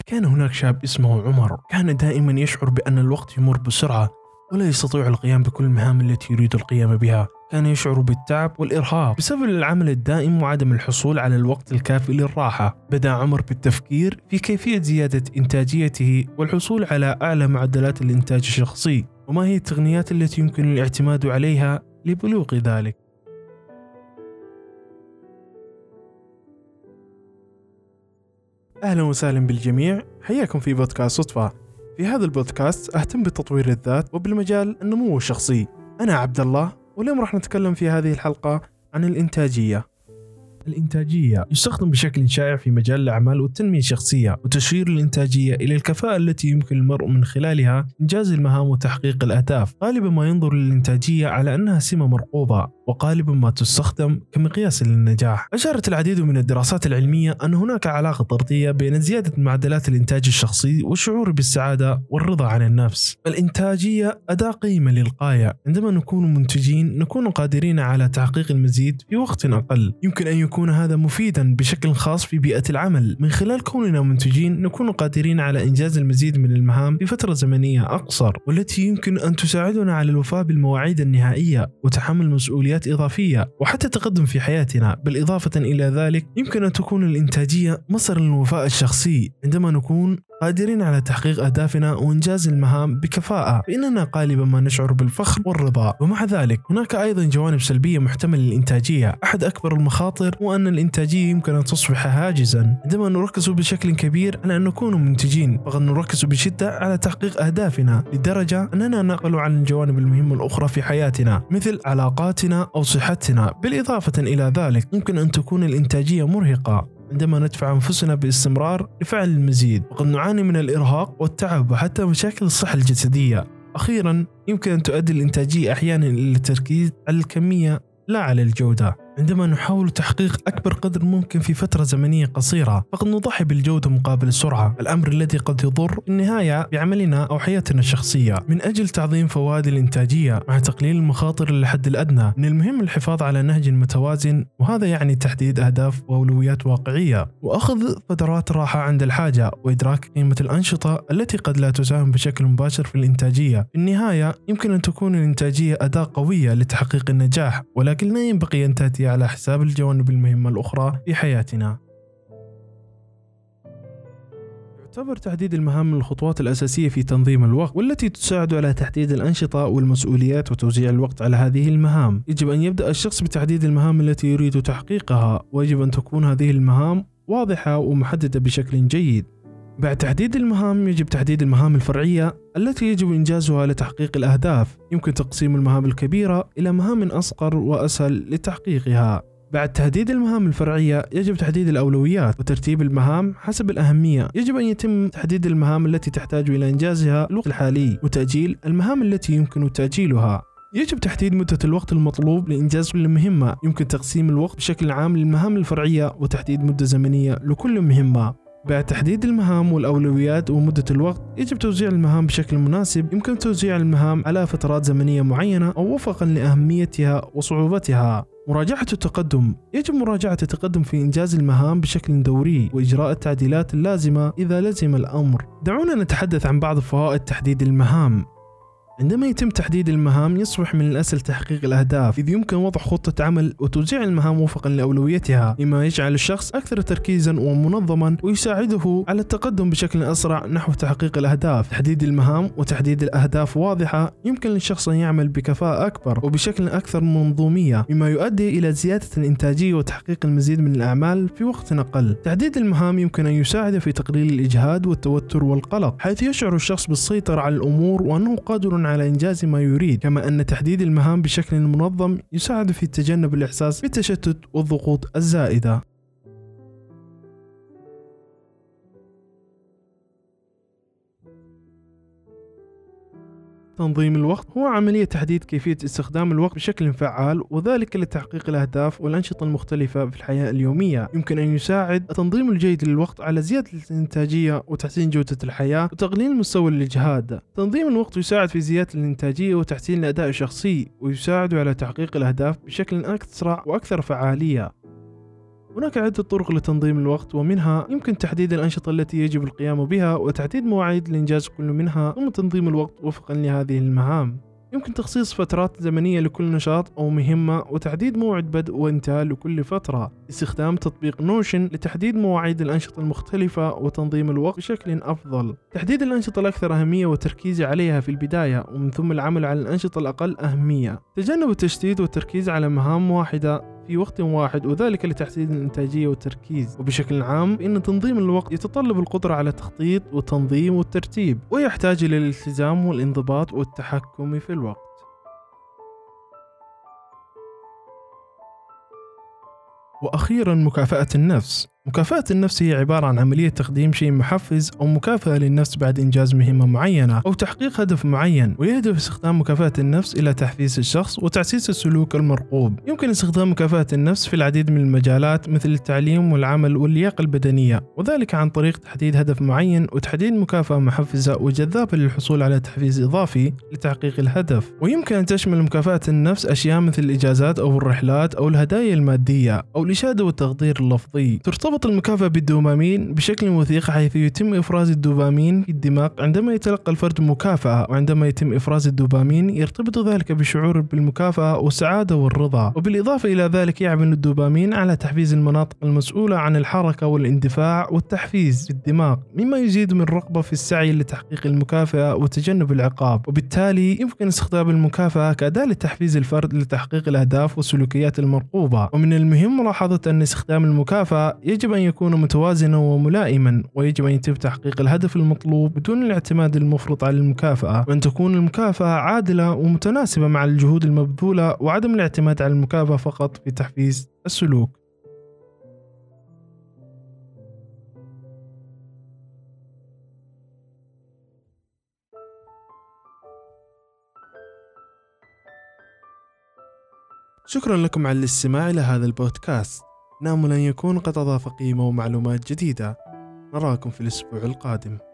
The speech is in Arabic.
كان هناك شاب اسمه عمر، كان دائما يشعر بأن الوقت يمر بسرعة ولا يستطيع القيام بكل المهام التي يريد القيام بها. كان يشعر بالتعب والإرهاق بسبب العمل الدائم وعدم الحصول على الوقت الكافي للراحة. بدأ عمر بالتفكير في كيفية زيادة إنتاجيته والحصول على أعلى معدلات الإنتاج الشخصي، وما هي التقنيات التي يمكن الاعتماد عليها لبلوغ ذلك. أهلا وسهلا بالجميع، حياكم في بودكاست صدفة. في هذا البودكاست أهتم بتطوير الذات وبالمجال النمو الشخصي. أنا عبد الله، واليوم راح نتكلم في هذه الحلقة عن الإنتاجية. الإنتاجية يستخدم بشكل شائع في مجال الأعمال والتنمية الشخصية، وتشير الإنتاجية إلى الكفاءة التي يمكن المرء من خلالها إنجاز المهام وتحقيق الأهداف. غالبا ما ينظر للإنتاجية على أنها سمة مرغوبة، وغالبا ما تستخدم كمقياس للنجاح. أشارت العديد من الدراسات العلمية أن هناك علاقة طردية بين زيادة معدلات الإنتاج الشخصي والشعور بالسعادة والرضا عن النفس. الإنتاجية أداة قيمة للغاية. عندما نكون منتجين نكون قادرين على تحقيق المزيد في وقت أقل. يمكن أن يكون هذا مفيدا بشكل خاص في بيئة العمل. من خلال كوننا منتجين نكون قادرين على إنجاز المزيد من المهام في فترة زمنية أقصر، والتي يمكن أن تساعدنا على الوفاء بالمواعيد النهائية وتحمل مسؤوليات إضافية وحتى تقدم في حياتنا. بالإضافة إلى ذلك يمكن أن تكون الإنتاجية مصدر للوفاء الشخصي. عندما نكون قادرين على تحقيق أهدافنا وإنجاز المهام بكفاءة فإننا غالبا ما نشعر بالفخر والرضا. ومع ذلك هناك أيضا جوانب سلبية محتملة للإنتاجية. أحد أكبر المخاطر هو أن الإنتاجية يمكن أن تصبح هاجزا. عندما نركز بشكل كبير على أن نكون منتجين فقد نركز بشدة على تحقيق أهدافنا لدرجة أننا نغفل عن الجوانب المهمة الأخرى في حياتنا مثل علاقاتنا أو صحتنا. بالإضافة إلى ذلك يمكن أن تكون الإنتاجية مرهقة عندما ندفع أنفسنا باستمرار لفعل المزيد، وقد نعاني من الإرهاق والتعب وحتى مشاكل الصحة الجسدية. أخيرا يمكن أن تؤدي الإنتاجية أحيانا إلى التركيز على الكمية لا على الجودة. عندما نحاول تحقيق أكبر قدر ممكن في فترة زمنية قصيرة فقد نضحي بالجودة مقابل السرعة، الأمر الذي قد يضر في النهاية بعملنا أو حياتنا الشخصية. من أجل تعظيم فوائد الإنتاجية مع تقليل المخاطر للحد الأدنى، من المهم الحفاظ على نهج متوازن، وهذا يعني تحديد أهداف وأولويات واقعية وأخذ فترات راحة عند الحاجة، وإدراك قيمة الأنشطة التي قد لا تساهم بشكل مباشر في الإنتاجية. في النهاية يمكن أن تكون الإنتاجية أداة قوية لتحقيق النجاح، ولكن لا ينبغي أن تأتي على حساب الجوانب المهمة الأخرى في حياتنا. يعتبر تحديد المهام من الخطوات الأساسية في تنظيم الوقت، والتي تساعد على تحديد الأنشطة والمسؤوليات وتوزيع الوقت على هذه المهام. يجب أن يبدأ الشخص بتحديد المهام التي يريد تحقيقها، ويجب أن تكون هذه المهام واضحة ومحددة بشكل جيد. بعد تحديد المهام يجب تحديد المهام الفرعية التي يجب إنجازها لتحقيق الأهداف. يمكن تقسيم المهام الكبيرة إلى مهام أصغر وأسهل لتحقيقها. بعد تحديد المهام الفرعية يجب تحديد الأولويات وترتيب المهام حسب الأهمية. يجب أن يتم تحديد المهام التي تحتاج إلى إنجازها الوقت الحالي، وتأجيل المهام التي يمكن تأجيلها. يجب تحديد مدة الوقت المطلوب لإنجاز كل مهمة. يمكن تقسيم الوقت بشكل عام للمهام الفرعية وتحديد مدة زمنية لكل مهمة. بعد تحديد المهام والأولويات ومدة الوقت يجب توزيع المهام بشكل مناسب. يمكن توزيع المهام على فترات زمنية معينة أو وفقا لأهميتها وصعوبتها. مراجعة التقدم. يجب مراجعة التقدم في إنجاز المهام بشكل دوري وإجراء التعديلات اللازمة إذا لزم الأمر. دعونا نتحدث عن بعض فوائد تحديد المهام. عندما يتم تحديد المهام يصبح من الأسهل تحقيق الأهداف، إذ يمكن وضع خطة عمل وتوزيع المهام وفقا لأولويتها، مما يجعل الشخص أكثر تركيزا ومنظما ويساعده على التقدم بشكل أسرع نحو تحقيق الأهداف. تحديد المهام وتحديد الأهداف واضحة يمكن للشخص أن يعمل بكفاءة أكبر وبشكل أكثر منظومية، مما يؤدي إلى زيادة الإنتاجية وتحقيق المزيد من الأعمال في وقت أقل. تحديد المهام يمكن أن يساعد في تقليل الإجهاد والتوتر والقلق، حيث يشعر الشخص بالسيطرة على الأمور وأنه قادر على إنجاز ما يريد. كما أن تحديد المهام بشكل منظم يساعد في تجنب الإحساس بالتشتت والضغوط الزائدة. تنظيم الوقت هو عملية تحديد كيفية استخدام الوقت بشكل فعال، وذلك لتحقيق الأهداف والأنشطة المختلفة في الحياة اليومية. يمكن أن يساعد التنظيم الجيد للوقت على زيادة الإنتاجية وتحسين جودة الحياة وتقليل مستوى الإجهاد. تنظيم الوقت يساعد في زيادة الإنتاجية وتحسين الأداء الشخصي، ويساعد على تحقيق الأهداف بشكل أسرع وأكثر فعالية. هناك عدة طرق لتنظيم الوقت، ومنها يمكن تحديد الأنشطة التي يجب القيام بها وتحديد مواعيد لإنجاز كل منها، ثم تنظيم الوقت وفقا لهذه المهام. يمكن تخصيص فترات زمنية لكل نشاط أو مهمة وتحديد موعد بدء وانتهاء لكل فترة. استخدام تطبيق نوشن لتحديد مواعيد الأنشطة المختلفة وتنظيم الوقت بشكل أفضل. تحديد الأنشطة الأكثر أهمية والتركيز عليها في البداية، ومن ثم العمل على الأنشطة الأقل أهمية. تجنب التشتيت والتركيز على مهام واحدة في وقت واحد، وذلك لتحسين الإنتاجية والتركيز. وبشكل عام إن تنظيم الوقت يتطلب القدرة على التخطيط والتنظيم والترتيب، ويحتاج إلى الالتزام والانضباط والتحكم في الوقت. وأخيرا، مكافأة النفس. مكافأة النفس هي عبارة عن عملية تقديم شيء محفز أو مكافأة للنفس بعد إنجاز مهمة معينة أو تحقيق هدف معين، ويهدف استخدام مكافأة النفس إلى تحفيز الشخص وتعزيز السلوك المرغوب. يمكن استخدام مكافأة النفس في العديد من المجالات مثل التعليم والعمل واللياقة البدنية، وذلك عن طريق تحديد هدف معين وتحديد مكافأة محفزة وجذابة للحصول على تحفيز إضافي لتحقيق الهدف. ويمكن أن تشمل مكافأة النفس أشياء مثل الإجازات أو الرحلات أو الهدايا المادية أو الإشادة والتقدير اللفظي. ترتبط المكافأة بالدوبامين بشكل وثيق، حيث يتم إفراز الدوبامين في الدماغ عندما يتلقى الفرد مكافأة، وعندما يتم إفراز الدوبامين يرتبط ذلك بشعور بالمكافأة والسعادة والرضا. وبالإضافة إلى ذلك يعمل الدوبامين على تحفيز المناطق المسؤولة عن الحركة والاندفاع والتحفيز في الدماغ، مما يزيد من الرغبة في السعي لتحقيق المكافأة وتجنب العقاب. وبالتالي يمكن استخدام المكافأة كأداة لتحفيز الفرد لتحقيق الأهداف والسلوكيات المرغوبة. ومن المهم ملاحظة أن استخدام المكافأة يجب أن يكون متوازنا وملائما، ويجب أن يتم تحقيق الهدف المطلوب بدون الاعتماد المفرط على المكافأة، وأن تكون المكافأة عادلة ومتناسبة مع الجهود المبذولة، وعدم الاعتماد على المكافأة فقط في تحفيز السلوك. شكرا لكم على الاستماع إلى هذا البودكاست. نأمل أن يكون قد أضاف قيمة ومعلومات جديدة. نراكم في الأسبوع القادم.